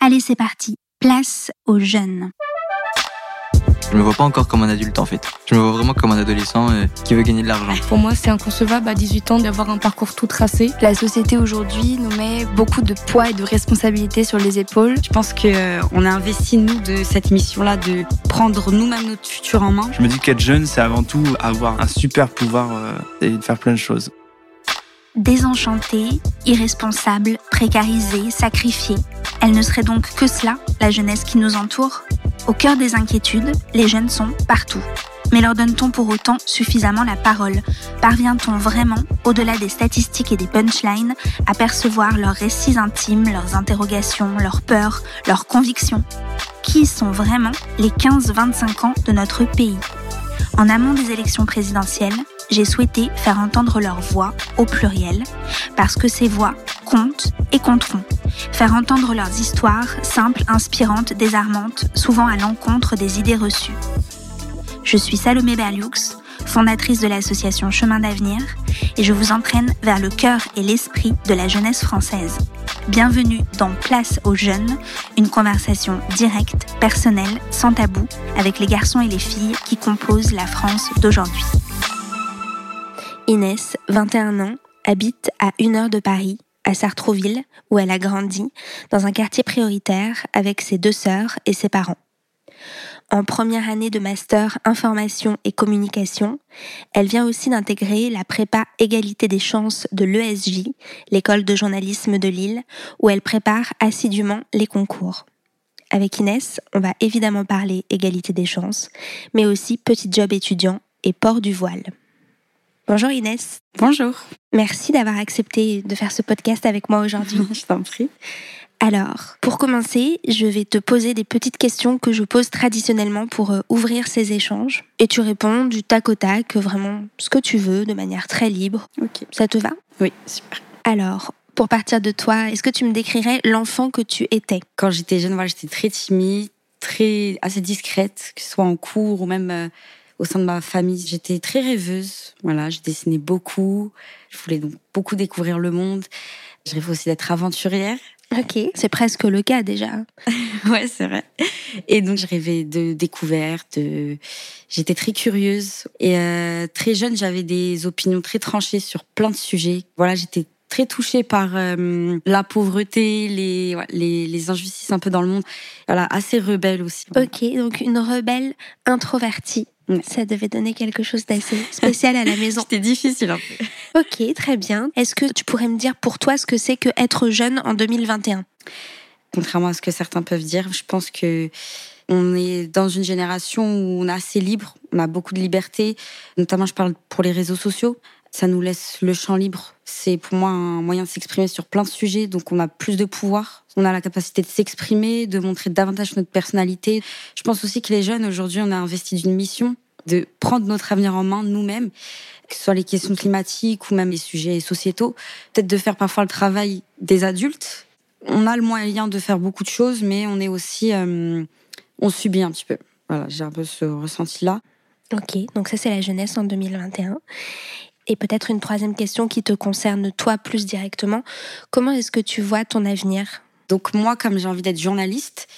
Allez, c'est parti. Place aux jeunes. Je me vois pas encore comme un adulte en fait. Je me vois vraiment comme un adolescent qui veut gagner de l'argent. Pour moi, c'est inconcevable à 18 ans d'avoir un parcours tout tracé. La société aujourd'hui nous met beaucoup de poids et de responsabilités sur les épaules. Je pense qu'on a investi, nous, de cette mission-là, de prendre nous-mêmes notre futur en main. Je me dis qu'être jeune, c'est avant tout avoir un super pouvoir et de faire plein de choses. Désenchantée, irresponsable, précarisée, sacrifiée. Elle ne serait donc que cela, la jeunesse qui nous entoure ? Au cœur des inquiétudes, les jeunes sont partout. Mais leur donne-t-on pour autant suffisamment la parole ? Parvient-on vraiment, au-delà des statistiques et des punchlines, à percevoir leurs récits intimes, leurs interrogations, leurs peurs, leurs convictions ? Qui sont vraiment les 15-25 ans de notre pays ? En amont des élections présidentielles, j'ai souhaité faire entendre leur voix au pluriel, parce que ces voix comptent et compteront. Faire entendre leurs histoires, simples, inspirantes, désarmantes, souvent à l'encontre des idées reçues. Je suis Salomé Berlioux, fondatrice de l'association Chemin d'avenir, et je vous entraîne vers le cœur et l'esprit de la jeunesse française. Bienvenue dans Place aux jeunes, une conversation directe, personnelle, sans tabou, avec les garçons et les filles qui composent la France d'aujourd'hui. Inès, 21 ans, habite à 1 heure de Paris, à Sartrouville, où elle a grandi, dans un quartier prioritaire avec ses 2 sœurs et ses parents. En première année de master information et communication, elle vient aussi d'intégrer la prépa égalité des chances de l'ESJ, l'école de journalisme de Lille, où elle prépare assidûment les concours. Avec Inès, on va évidemment parler égalité des chances, mais aussi petit job étudiant et port du voile. Bonjour Inès. Bonjour. Merci d'avoir accepté de faire ce podcast avec moi aujourd'hui. Je t'en prie. Alors, pour commencer, je vais te poser des petites questions que je pose traditionnellement pour ouvrir ces échanges. Et tu réponds du tac au tac, vraiment ce que tu veux, de manière très libre. Ok. Ça te va ? Oui, super. Alors, pour partir de toi, est-ce que tu me décrirais l'enfant que tu étais ? Quand j'étais jeune, j'étais très timide, assez discrète, que ce soit en cours ou même au sein de ma famille. J'étais très rêveuse. Je dessinais beaucoup. Je voulais donc beaucoup découvrir le monde. Je rêvais aussi d'être aventurière. Ok, c'est presque le cas déjà. Ouais, c'est vrai. Et donc, je rêvais de découvertes. J'étais très curieuse. Et très jeune, j'avais des opinions très tranchées sur plein de sujets. J'étais très touchée par la pauvreté, les injustices un peu dans le monde. Assez rebelle aussi. Ok, donc une rebelle introvertie. Ça devait donner quelque chose d'assez spécial à la maison. C'était difficile un peu. Ok, très bien. Est-ce que tu pourrais me dire pour toi ce que c'est que être jeune en 2021 ? Contrairement à ce que certains peuvent dire, je pense que on est dans une génération où on est assez libre, on a beaucoup de liberté. Notamment, je parle pour les réseaux sociaux. Ça nous laisse le champ libre. C'est pour moi un moyen de s'exprimer sur plein de sujets, donc on a plus de pouvoir. On a la capacité de s'exprimer, de montrer davantage notre personnalité. Je pense aussi que les jeunes, aujourd'hui, on a investi d'une mission de prendre notre avenir en main nous-mêmes, que ce soit les questions climatiques ou même les sujets sociétaux. Peut-être de faire parfois le travail des adultes. On a le moyen de faire beaucoup de choses, mais on est aussi... on subit un petit peu. J'ai un peu ce ressenti-là. Ok, donc ça c'est la jeunesse en 2021. Et peut-être une troisième question qui te concerne toi plus directement. Comment est-ce que tu vois ton avenir ? Donc moi, comme j'ai envie d'être journaliste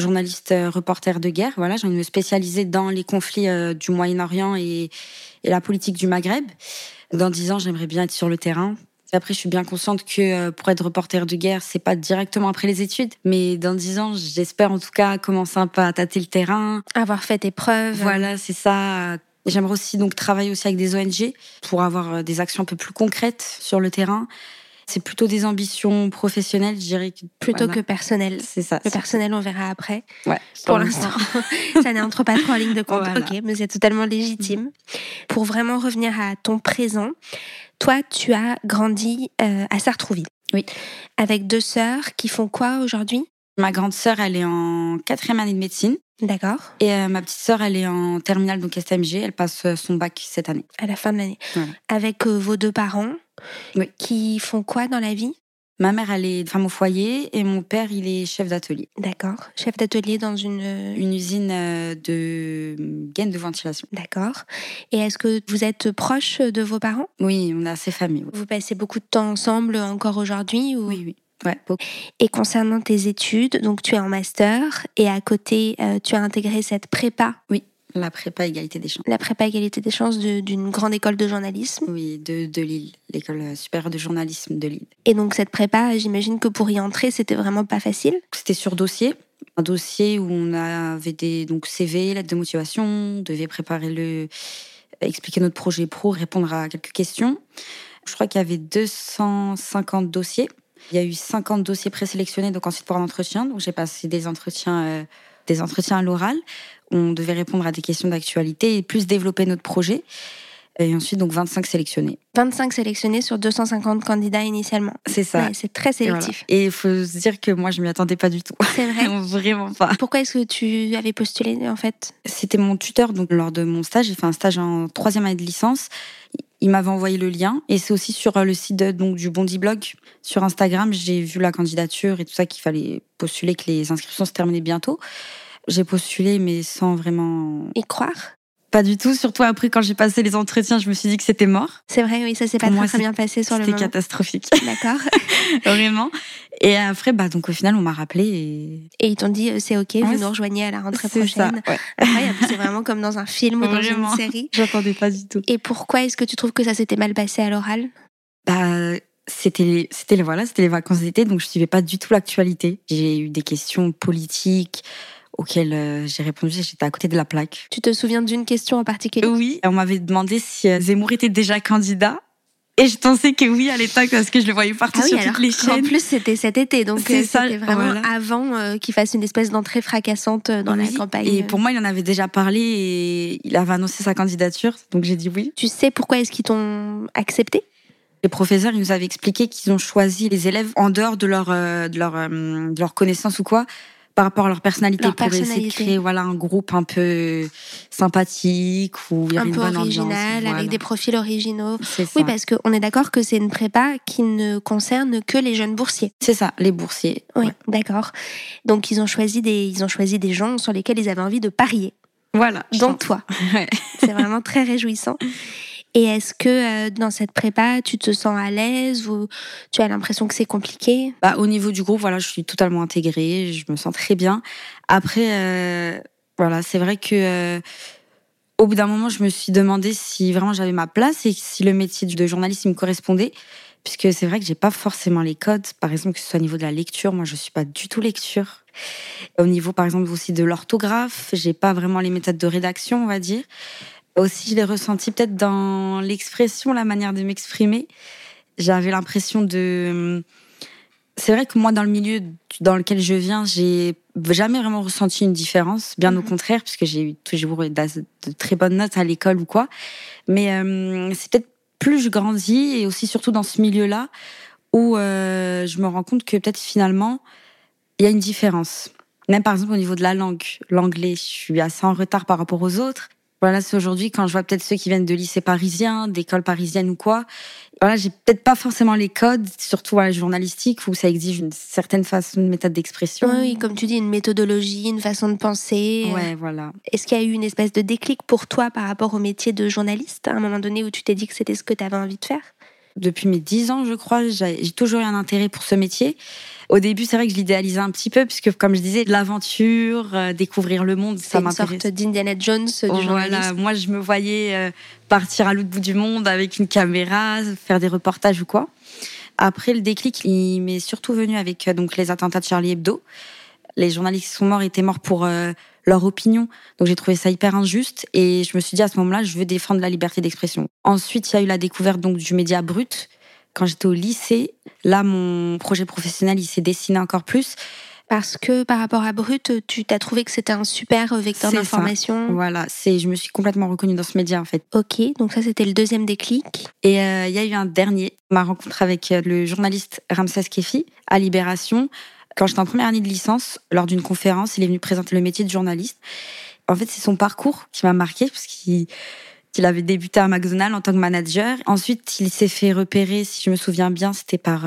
reporter de guerre, j'ai envie de me spécialiser dans les conflits du Moyen-Orient et la politique du Maghreb. Dans 10 ans, j'aimerais bien être sur le terrain. Après, je suis bien consciente que pour être reporter de guerre, c'est pas directement après les études. Mais dans 10 ans, j'espère en tout cas commencer un peu à tâter le terrain. Avoir fait tes preuves. Voilà, c'est ça. J'aimerais aussi donc travailler aussi avec des ONG pour avoir des actions un peu plus concrètes sur le terrain. C'est plutôt des ambitions professionnelles, je dirais. Plutôt que personnelles. C'est ça. Le personnel, on verra après. Ouais. Pour l'instant, ça n'entre pas trop en ligne de compte. Voilà. Ok, mais c'est totalement légitime. Pour vraiment revenir à ton présent, toi, tu as grandi à Sartrouville. Oui. Avec 2 sœurs qui font quoi aujourd'hui ? Ma grande sœur, elle est en 4e année de médecine. D'accord. Et ma petite sœur, elle est en terminale, donc STMG. Elle passe son bac cette année. À la fin de l'année. Voilà. Avec vos 2 parents, oui. Qui font quoi dans la vie ? Ma mère, elle est femme au foyer et mon père, il est chef d'atelier. D'accord. Chef d'atelier dans une usine de gaines de ventilation. D'accord. Et est-ce que vous êtes proche de vos parents ? Oui, on a assez famille. Oui. Vous passez beaucoup de temps ensemble encore aujourd'hui ou... Oui. Ouais. Et concernant tes études, donc tu es en master et à côté, tu as intégré cette prépa. Oui, la prépa égalité des chances. La prépa égalité des chances d'une grande école de journalisme. Oui, de Lille, l'école supérieure de journalisme de Lille. Et donc cette prépa, j'imagine que pour y entrer, c'était vraiment pas facile. C'était sur dossier. Un dossier où on avait des CV, lettres de motivation, on devait expliquer notre projet pro, répondre à quelques questions. Je crois qu'il y avait 250 dossiers. Il y a eu 50 dossiers présélectionnés, donc ensuite pour un entretien. Donc j'ai passé des entretiens à l'oral. On devait répondre à des questions d'actualité et plus développer notre projet. Et ensuite, donc 25 sélectionnés. 25 sélectionnés sur 250 candidats initialement. C'est ça. Ouais, c'est très sélectif. Et il faut se dire que moi, je ne m'y attendais pas du tout. C'est vrai. Vraiment pas. Pourquoi est-ce que tu avais postulé, en fait ? C'était mon tuteur, donc lors de mon stage. J'ai fait un stage en 3e année de licence. Il m'avait envoyé le lien. Et c'est aussi sur le site du Bondy Blog. Sur Instagram, j'ai vu la candidature et tout ça, qu'il fallait postuler, que les inscriptions se terminaient bientôt. J'ai postulé, mais sans vraiment y croire. Pas du tout, surtout après quand j'ai passé les entretiens, je me suis dit que c'était mort. C'est vrai, oui, ça s'est pas très bien passé sur le moment. C'était catastrophique. D'accord. Vraiment. Et après, donc au final, on m'a rappelé et ils t'ont dit c'est ok, vous nous rejoignez à la rentrée prochaine. Ça, ouais. Incroyable, c'est vraiment comme dans un film ou dans une série. J'attendais pas du tout. Et pourquoi est-ce que tu trouves que ça s'était mal passé à l'oral ? C'était les vacances d'été, donc je suivais pas du tout l'actualité. J'ai eu des questions politiques auxquelles j'ai répondu, j'étais à côté de la plaque. Tu te souviens d'une question en particulier ? Oui, on m'avait demandé si Zemmour était déjà candidat. Et je pensais que oui à l'époque, parce que je le voyais partout sur toutes les chaînes. En plus, c'était cet été, donc c'était vraiment voilà. avant qu'il fasse une espèce d'entrée fracassante dans la campagne. Et pour moi, il en avait déjà parlé et il avait annoncé sa candidature, donc j'ai dit oui. Tu sais pourquoi est-ce qu'ils t'ont accepté ? Les professeurs, ils nous avaient expliqué qu'ils ont choisi les élèves en dehors de leur connaissance ou quoi, par rapport à leur personnalité, pour essayer de créer un groupe un peu sympathique où il y a une bonne original, ambiance, avec des profils originaux. C'est ça. Oui, parce qu'on est d'accord que c'est une prépa qui ne concerne que les jeunes boursiers. C'est ça, les boursiers. Oui, d'accord. Donc ils ont choisi des gens sur lesquels ils avaient envie de parier. Voilà. Dont toi. Ouais. C'est vraiment très réjouissant. Et est-ce que dans cette prépa, tu te sens à l'aise ou tu as l'impression que c'est compliqué ? Au niveau du groupe, je suis totalement intégrée, je me sens très bien. Après, c'est vrai que au bout d'un moment, je me suis demandé si vraiment j'avais ma place et si le métier de journaliste me correspondait. Puisque c'est vrai que j'ai pas forcément les codes. Par exemple, que ce soit au niveau de la lecture, moi je suis pas du tout lecture. Au niveau, par exemple, aussi de l'orthographe, j'ai pas vraiment les méthodes de rédaction, on va dire. Aussi, je l'ai ressenti peut-être dans l'expression, la manière de m'exprimer. J'avais l'impression de... C'est vrai que moi, dans le milieu dans lequel je viens, j'ai jamais vraiment ressenti une différence. Bien au contraire, puisque j'ai eu toujours de très bonnes notes à l'école ou quoi. Mais c'est peut-être plus je grandis, et aussi surtout dans ce milieu-là, où je me rends compte que peut-être finalement, il y a une différence. Même par exemple au niveau de la langue, l'anglais, je suis assez en retard par rapport aux autres. C'est aujourd'hui quand je vois peut-être ceux qui viennent de lycées parisiens, d'écoles parisiennes ou quoi. J'ai peut-être pas forcément les codes, surtout journalistique, où ça exige une certaine façon de méthode d'expression. Oui, comme tu dis, une méthodologie, une façon de penser. Ouais, voilà. Est-ce qu'il y a eu une espèce de déclic pour toi par rapport au métier de journaliste, à un moment donné où tu t'es dit que c'était ce que tu avais envie de faire ? Depuis mes 10 ans, je crois, j'ai toujours eu un intérêt pour ce métier. Au début, c'est vrai que je l'idéalisais un petit peu, puisque, comme je disais, de l'aventure, découvrir le monde, ça m'intéresse. C'est une sorte d'Indiana Jones du journalisme. Voilà, moi, je me voyais partir à l'autre bout du monde avec une caméra, faire des reportages ou quoi. Après, le déclic, il m'est surtout venu avec les attentats de Charlie Hebdo. Les journalistes qui sont morts étaient morts pour leur opinion. Donc j'ai trouvé ça hyper injuste et je me suis dit à ce moment-là, je veux défendre la liberté d'expression. Ensuite, il y a eu la découverte du média brut. Quand j'étais au lycée, là, mon projet professionnel, il s'est dessiné encore plus. Parce que par rapport à Brut, tu t'as trouvé que c'était un super vecteur d'information. Voilà, je me suis complètement reconnue dans ce média en fait. Ok, donc ça c'était le deuxième déclic. Et il y a eu un dernier, ma rencontre avec le journaliste Ramses Kefi à Libération. Quand j'étais en première année de licence, lors d'une conférence, il est venu présenter le métier de journaliste. En fait, c'est son parcours qui m'a marquée, parce qu'il avait débuté à McDonald's en tant que manager. Ensuite, il s'est fait repérer, si je me souviens bien, c'était par...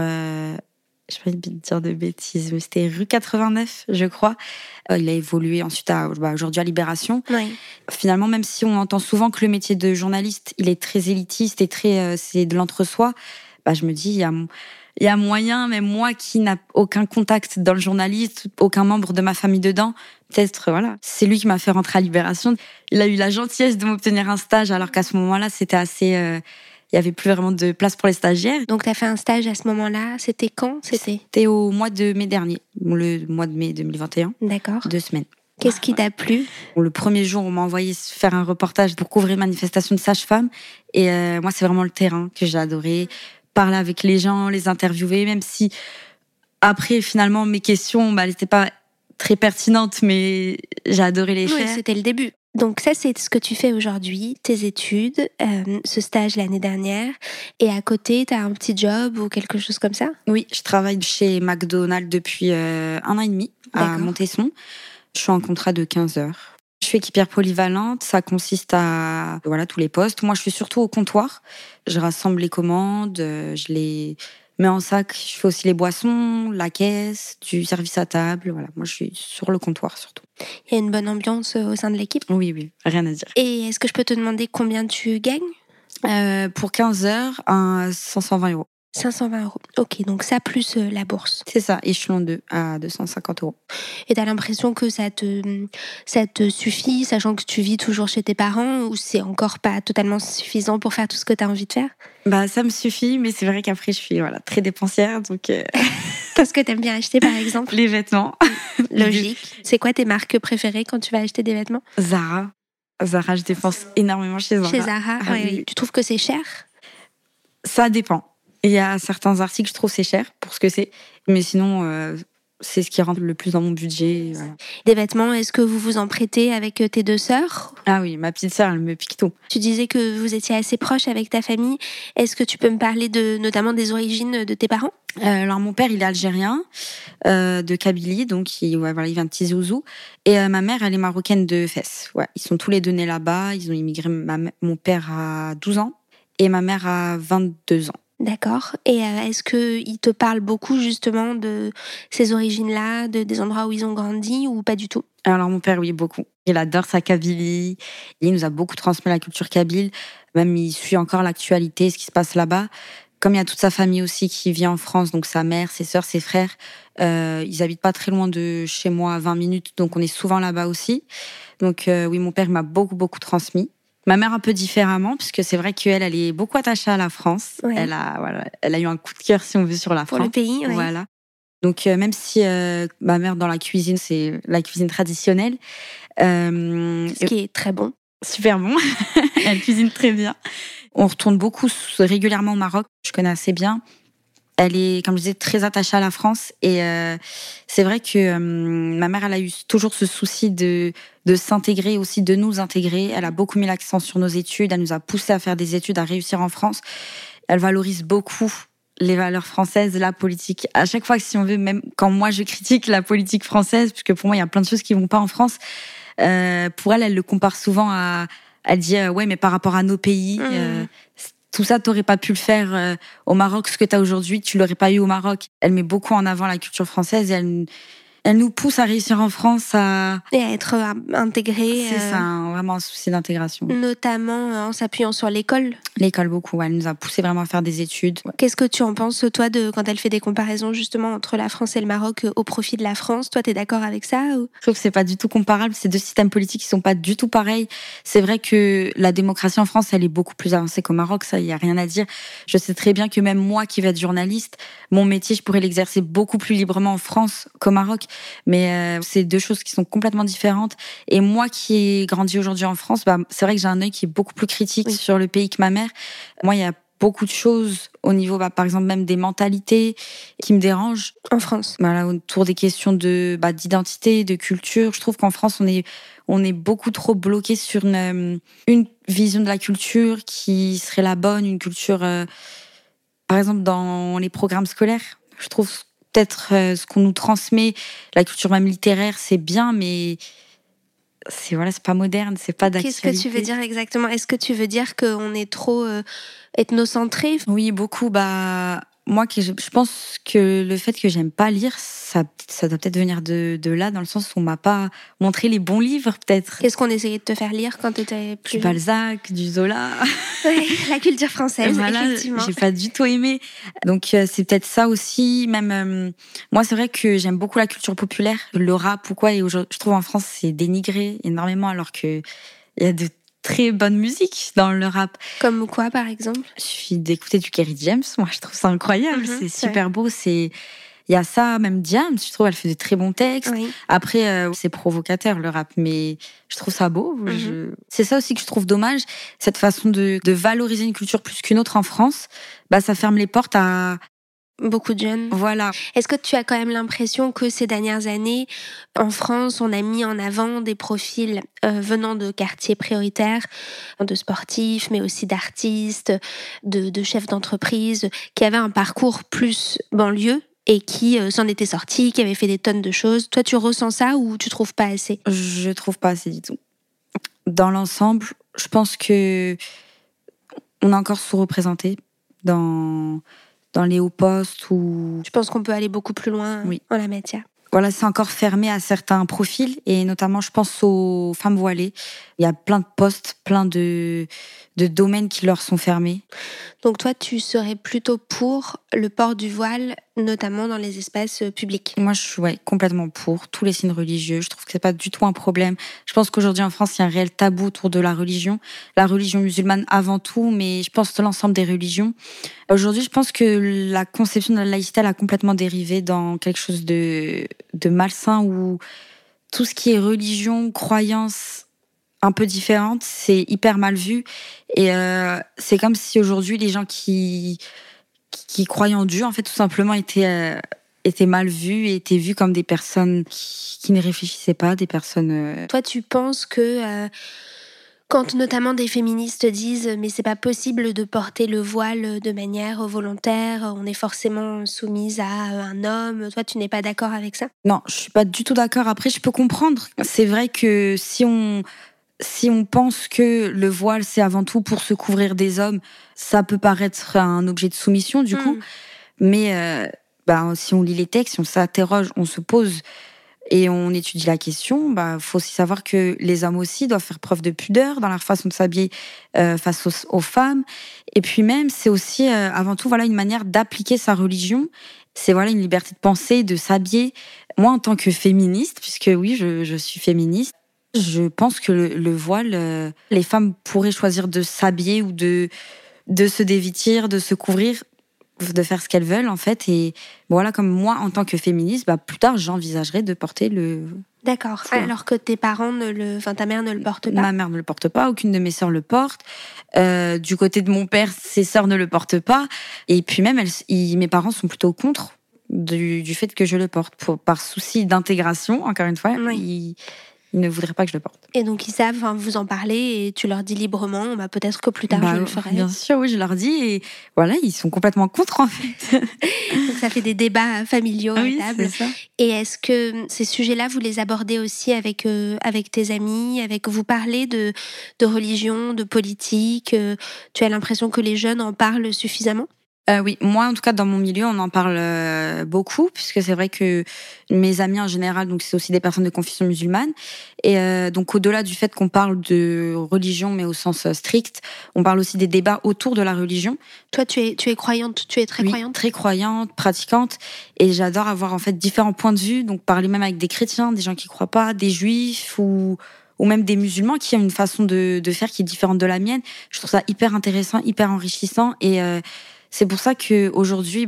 je vais pas dire de bêtises, mais c'était rue 89, je crois. Il a évolué ensuite aujourd'hui à Libération. Oui. Finalement, même si on entend souvent que le métier de journaliste, il est très élitiste et c'est de l'entre-soi, je me dis, il y a moyen, même moi qui n'a aucun contact dans le journalisme, aucun membre de ma famille dedans, peut-être, voilà. C'est lui qui m'a fait rentrer à Libération. Il a eu la gentillesse de m'obtenir un stage, alors qu'à ce moment-là, c'était assez... il y avait plus vraiment de place pour les stagiaires. Donc, tu as fait un stage à ce moment-là. C'était quand ? C'était au mois de mai dernier, le mois de mai 2021. D'accord. 2 semaines. Qu'est-ce qui t'a plu ? Le premier jour, on m'a envoyé faire un reportage pour couvrir une manifestation de sages-femmes. Et moi, c'est vraiment le terrain que j'ai adoré. Parler avec les gens, les interviewer, même si après, finalement, mes questions, elles n'étaient pas très pertinentes, mais j'ai adoré les faire. Oui, c'était le début. Donc ça, c'est ce que tu fais aujourd'hui, tes études, ce stage l'année dernière. Et à côté, tu as un petit job ou quelque chose comme ça ? Oui, je travaille chez McDonald's depuis 1 an et demi à Montesson. Je suis en contrat de 15 heures. Je suis équipière polyvalente, ça consiste à tous les postes. Moi, je suis surtout au comptoir. Je rassemble les commandes, je les mets en sac. Je fais aussi les boissons, la caisse, du service à table. Voilà, moi, je suis sur le comptoir surtout. Il y a une bonne ambiance au sein de l'équipe ? Oui, rien à dire. Et est-ce que je peux te demander combien tu gagnes ? Pour 15 heures, 520 €. 520 €. Ok, donc ça plus la bourse. C'est ça, échelon 2 à 250 €. Et t'as l'impression que ça te suffit, sachant que tu vis toujours chez tes parents, ou c'est encore pas totalement suffisant pour faire tout ce que t'as envie de faire ? Ça me suffit, mais c'est vrai qu'après je suis très dépensière, donc. Qu'est-ce que t'aimes bien acheter, par exemple ? Les vêtements. Logique. C'est quoi tes marques préférées quand tu vas acheter des vêtements ? Zara, je dépense énormément chez Zara. Chez Zara, oui. Tu trouves que c'est cher ? Ça dépend. Il y a certains articles, je trouve c'est cher pour ce que c'est. Mais sinon, c'est ce qui rentre le plus dans mon budget. Voilà. Des vêtements, est-ce que vous vous en prêtez avec tes 2 sœurs ? Ah oui, ma petite sœur, elle me pique tout. Tu disais que vous étiez assez proches avec ta famille. Est-ce que tu peux me parler notamment des origines de tes parents ? Alors mon père, il est algérien, de Kabylie, donc il vient de Tizi Ouzou. Et ma mère, elle est marocaine de Fès. Ouais, ils sont tous les 2 nés là-bas. Ils ont immigré. Mon père a 12 ans et ma mère a 22 ans. D'accord. Et est-ce qu'ils te parlent beaucoup justement de ces origines-là, des endroits où ils ont grandi, ou pas du tout ? Alors mon père, oui, beaucoup. Il adore sa Kabylie. Il nous a beaucoup transmis la culture kabyle. Même il suit encore l'actualité, ce qui se passe là-bas. Comme il y a toute sa famille aussi qui vit en France, donc sa mère, ses sœurs, ses frères, ils habitent pas très loin de chez moi, à 20 minutes, donc on est souvent là-bas aussi. Donc oui, mon père m'a beaucoup transmis. Ma mère un peu différemment, puisque c'est vrai qu'elle, elle est beaucoup attachée à la France. Ouais. Elle a eu un coup de cœur, si on veut, sur la France. Pour le pays, oui. Voilà. Donc même si ma mère dans la cuisine, c'est la cuisine traditionnelle. Ce qui est très bon. Super bon. Elle cuisine très bien. On retourne régulièrement au Maroc. Je connais assez bien. Elle est, comme je disais, très attachée à la France. Et c'est vrai que ma mère, elle a eu toujours ce souci de s'intégrer, aussi de nous intégrer. Elle a beaucoup mis l'accent sur nos études. Elle nous a poussé à faire des études, à réussir en France. Elle valorise beaucoup les valeurs françaises, la politique. À chaque fois que, si on veut, même quand moi je critique la politique française, puisque pour moi, il y a plein de choses qui vont pas en France, pour elle le compare souvent à... Elle dit, ouais, mais par rapport à nos pays... tout ça, t'aurais pas pu le faire au Maroc. Ce que t'as aujourd'hui, tu l'aurais pas eu au Maroc. Elle met beaucoup en avant la culture française et elle nous pousse à réussir en France, et à être intégrée. C'est ça, vraiment un souci d'intégration. Notamment en s'appuyant sur l'école. L'école, beaucoup. Ouais. Elle nous a poussé vraiment à faire des études. Ouais. Qu'est-ce que tu en penses, toi, quand elle fait des comparaisons justement entre la France et le Maroc au profit de la France ? Toi, t'es d'accord avec ça ou... Je trouve que c'est pas du tout comparable. C'est 2 systèmes politiques qui sont pas du tout pareils. C'est vrai que la démocratie en France, elle est beaucoup plus avancée qu'au Maroc. Ça, il y a rien à dire. Je sais très bien que même moi, qui vais être journaliste, mon métier, je pourrais l'exercer beaucoup plus librement en France qu'au Maroc. Mais c'est 2 choses qui sont complètement différentes. Et moi qui ai grandi aujourd'hui en France, c'est vrai que j'ai un œil qui est beaucoup plus critique sur le pays que ma mère. Moi, il y a beaucoup de choses au niveau, par exemple, même des mentalités qui me dérangent. En France. Voilà, autour des questions d'identité, de culture. Je trouve qu'en France, on est beaucoup trop bloqué sur une vision de la culture qui serait la bonne, une culture, par exemple, dans les programmes scolaires. Je trouve peut-être ce qu'on nous transmet, la culture même littéraire, c'est bien, mais c'est pas moderne, c'est pas d'actualité. Qu'est-ce que tu veux dire exactement ? Est-ce que tu veux dire qu'on est trop ethnocentré ? Oui, beaucoup. moi, je pense que le fait que j'aime pas lire, ça doit peut-être venir de là, dans le sens où on m'a pas montré les bons livres, peut-être. Qu'est-ce qu'on essayait de te faire lire quand tu étais plus Du Balzac, du Zola. Ouais, la culture française, voilà, effectivement. J'ai pas du tout aimé. Donc c'est peut-être ça aussi. Même moi, c'est vrai que j'aime beaucoup la culture populaire, le rap ou quoi. Et je trouve en France, c'est dénigré énormément, alors que il y a de très bonne musique dans le rap. Comme quoi, par exemple? Il suffit d'écouter du Kerry James. Moi, je trouve ça incroyable. C'est super beau. Il y a ça, même Diams, je trouve, elle fait de très bons textes. Oui. Après, c'est provocateur, le rap, mais je trouve ça beau. C'est ça aussi que je trouve dommage, cette façon de valoriser une culture plus qu'une autre en France. Ça ferme les portes à beaucoup de jeunes. Voilà. Est-ce que tu as quand même l'impression que ces dernières années, en France, on a mis en avant des profils venant de quartiers prioritaires, de sportifs, mais aussi d'artistes, de chefs d'entreprise, qui avaient un parcours plus banlieue et qui s'en étaient sortis, qui avaient fait des tonnes de choses. Toi, tu ressens ça ou tu trouves pas assez? Je trouve pas assez du tout. Dans l'ensemble, je pense que on est encore sous-représenté dans les hauts postes. Je pense qu'on peut aller beaucoup plus loin en la matière. Voilà, c'est encore fermé à certains profils, et notamment, je pense aux femmes voilées. Il y a plein de postes, plein de domaines qui leur sont fermés. Donc toi, tu serais plutôt pour le port du voile, notamment dans les espaces publics? Moi, je suis complètement pour tous les signes religieux. Je trouve que c'est pas du tout un problème. Je pense qu'aujourd'hui en France, il y a un réel tabou autour de la religion musulmane avant tout, mais je pense de l'ensemble des religions. Aujourd'hui, je pense que la conception de la laïcité, elle a complètement dérivé dans quelque chose de malsain, où tout ce qui est religion, croyance un peu différente, c'est hyper mal vu. Et c'est comme si aujourd'hui, les gens qui croyaient en Dieu, en fait, tout simplement, étaient mal vus et étaient vus comme des personnes qui ne réfléchissaient pas, des personnes... Toi, tu penses que quand notamment des féministes disent « mais c'est pas possible de porter le voile de manière volontaire, on est forcément soumise à un homme », toi, tu n'es pas d'accord avec ça? Non, je suis pas du tout d'accord. Après, je peux comprendre. C'est vrai que si on pense que le voile, c'est avant tout pour se couvrir des hommes, ça peut paraître un objet de soumission, du coup. Mais si on lit les textes, si on s'interroge, on se pose et on étudie la question, faut aussi savoir que les hommes aussi doivent faire preuve de pudeur dans leur façon de s'habiller face aux femmes. Et puis même, c'est aussi avant tout une manière d'appliquer sa religion. C'est une liberté de penser, de s'habiller. Moi, en tant que féministe, puisque oui, je suis féministe, je pense que le voile, les femmes pourraient choisir de s'habiller ou de se dévêtir, de se couvrir, de faire ce qu'elles veulent, en fait. Et voilà, comme moi, en tant que féministe, plus tard, j'envisagerais de porter le... D'accord. Alors que tes parents ta mère ne le porte pas? Ma mère ne le porte pas, aucune de mes sœurs le porte. Du côté de mon père, ses sœurs ne le portent pas. Et puis même, mes parents sont plutôt contre du fait que je le porte, par souci d'intégration, encore une fois. Oui. Ils ne voudraient pas que je le porte. Et donc ils savent vous en parler et tu leur dis librement, peut-être que plus tard je le ferai. Bien sûr, oui, je leur dis, et voilà, ils sont complètement contre, en fait. Donc ça fait des débats familiaux à table. C'est ça. Et est-ce que ces sujets-là, vous les abordez aussi avec tes amis, vous parlez de religion, de politique? Tu as l'impression que les jeunes en parlent suffisamment? Oui, moi en tout cas dans mon milieu on en parle beaucoup, puisque c'est vrai que mes amis en général, donc c'est aussi des personnes de confession musulmane, et donc au-delà du fait qu'on parle de religion mais au sens strict, on parle aussi des débats autour de la religion. Toi tu es croyante, tu es très croyante? Très croyante, pratiquante, et j'adore avoir en fait différents points de vue, donc parler même avec des chrétiens, des gens qui croient pas, des juifs ou même des musulmans qui ont une façon de faire qui est différente de la mienne. Je trouve ça hyper intéressant, hyper enrichissant, et c'est pour ça que aujourd'hui,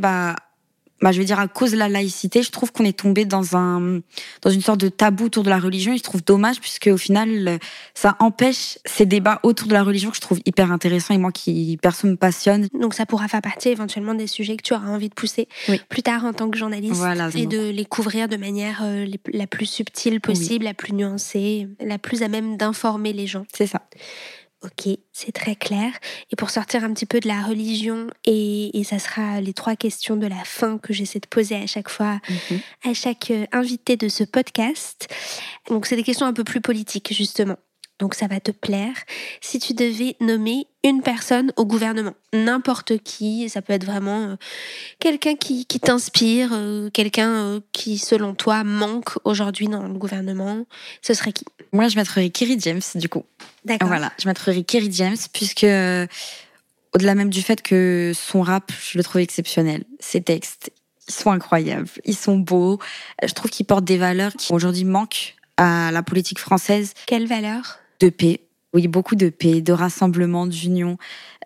je vais dire à cause de la laïcité, je trouve qu'on est tombé dans une sorte de tabou autour de la religion. Et je trouve dommage, puisque au final, ça empêche ces débats autour de la religion que je trouve hyper intéressants et moi qui perso me passionne. Donc ça pourra faire partie éventuellement des sujets que tu auras envie de pousser plus tard en tant que journaliste, et de les couvrir de manière la plus subtile possible, la plus nuancée, la plus à même d'informer les gens. C'est ça. Ok, c'est très clair. Et pour sortir un petit peu de la religion, et ça sera les 3 questions de la fin que j'essaie de poser à chaque fois, à chaque invité de ce podcast. Donc c'est des questions un peu plus politiques, justement. Donc ça va te plaire. Si tu devais nommer une personne au gouvernement, n'importe qui, ça peut être vraiment quelqu'un qui t'inspire, quelqu'un qui, selon toi, manque aujourd'hui dans le gouvernement, ce serait qui ? Moi, je mettrais Kerry James, du coup. D'accord. Voilà, je mettrais Kerry James, puisque au-delà même du fait que son rap, je le trouve exceptionnel. Ses textes, ils sont incroyables, ils sont beaux. Je trouve qu'il porte des valeurs qui aujourd'hui manquent à la politique française. Quelles valeurs ? De paix. Oui, beaucoup de paix, de rassemblement, d'union.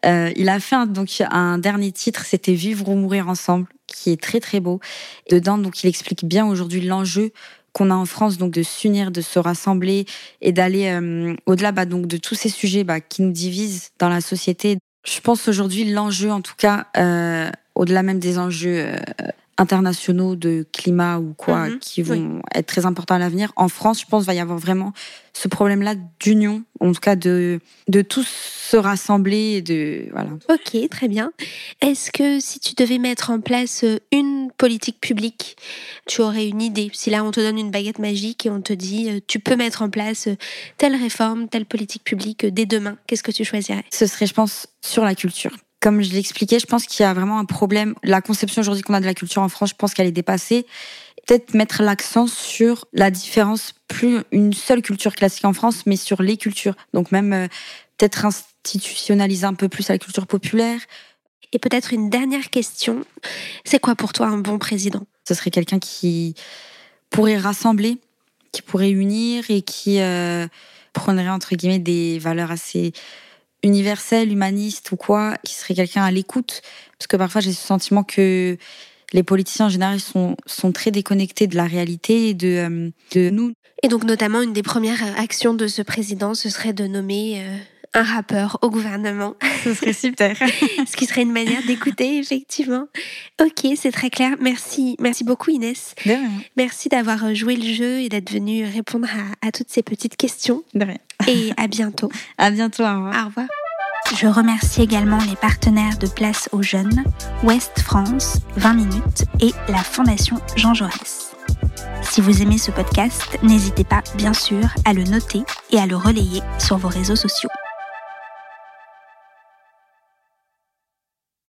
Il a fait un dernier titre, c'était Vivre ou mourir ensemble, qui est très très beau. Dedans, donc, il explique bien aujourd'hui l'enjeu qu'on a en France, donc de s'unir, de se rassembler et d'aller au-delà donc de tous ces sujets qui nous divisent dans la société. Je pense aujourd'hui l'enjeu, en tout cas, au-delà même des enjeux internationaux de climat ou quoi, qui vont être très importants à l'avenir. En France, je pense qu'il va y avoir vraiment ce problème-là d'union, en tout cas de tous se rassembler et de voilà. Ok, très bien. Est-ce que si tu devais mettre en place une politique publique, tu aurais une idée ? Si là on te donne une baguette magique et on te dit tu peux mettre en place telle réforme, telle politique publique dès demain, qu'est-ce que tu choisirais ? Ce serait, je pense, sur la culture. Comme je l'expliquais, je pense qu'il y a vraiment un problème. La conception aujourd'hui qu'on a de la culture en France, je pense qu'elle est dépassée. Peut-être mettre l'accent sur la différence, plus une seule culture classique en France, mais sur les cultures. Donc même peut-être institutionnaliser un peu plus la culture populaire. Et peut-être une dernière question, c'est quoi pour toi un bon président ? Ce serait quelqu'un qui pourrait rassembler, qui pourrait unir et qui prendrait entre guillemets des valeurs assez universel, humaniste ou quoi, qui serait quelqu'un à l'écoute. Parce que parfois, j'ai ce sentiment que les politiciens, en général, sont très déconnectés de la réalité et de nous. Et donc, notamment, une des premières actions de ce président, ce serait de nommer un rappeur au gouvernement. Ce serait super. Ce qui serait une manière d'écouter, effectivement. Ok, c'est très clair. Merci beaucoup, Inès. De rien. Merci d'avoir joué le jeu et d'être venue répondre à toutes ces petites questions. De rien. Et à bientôt. À bientôt, au revoir. Au revoir. Je remercie également les partenaires de Place aux Jeunes, Ouest France, 20 minutes et la Fondation Jean Jaurès. Si vous aimez ce podcast, n'hésitez pas, bien sûr, à le noter et à le relayer sur vos réseaux sociaux.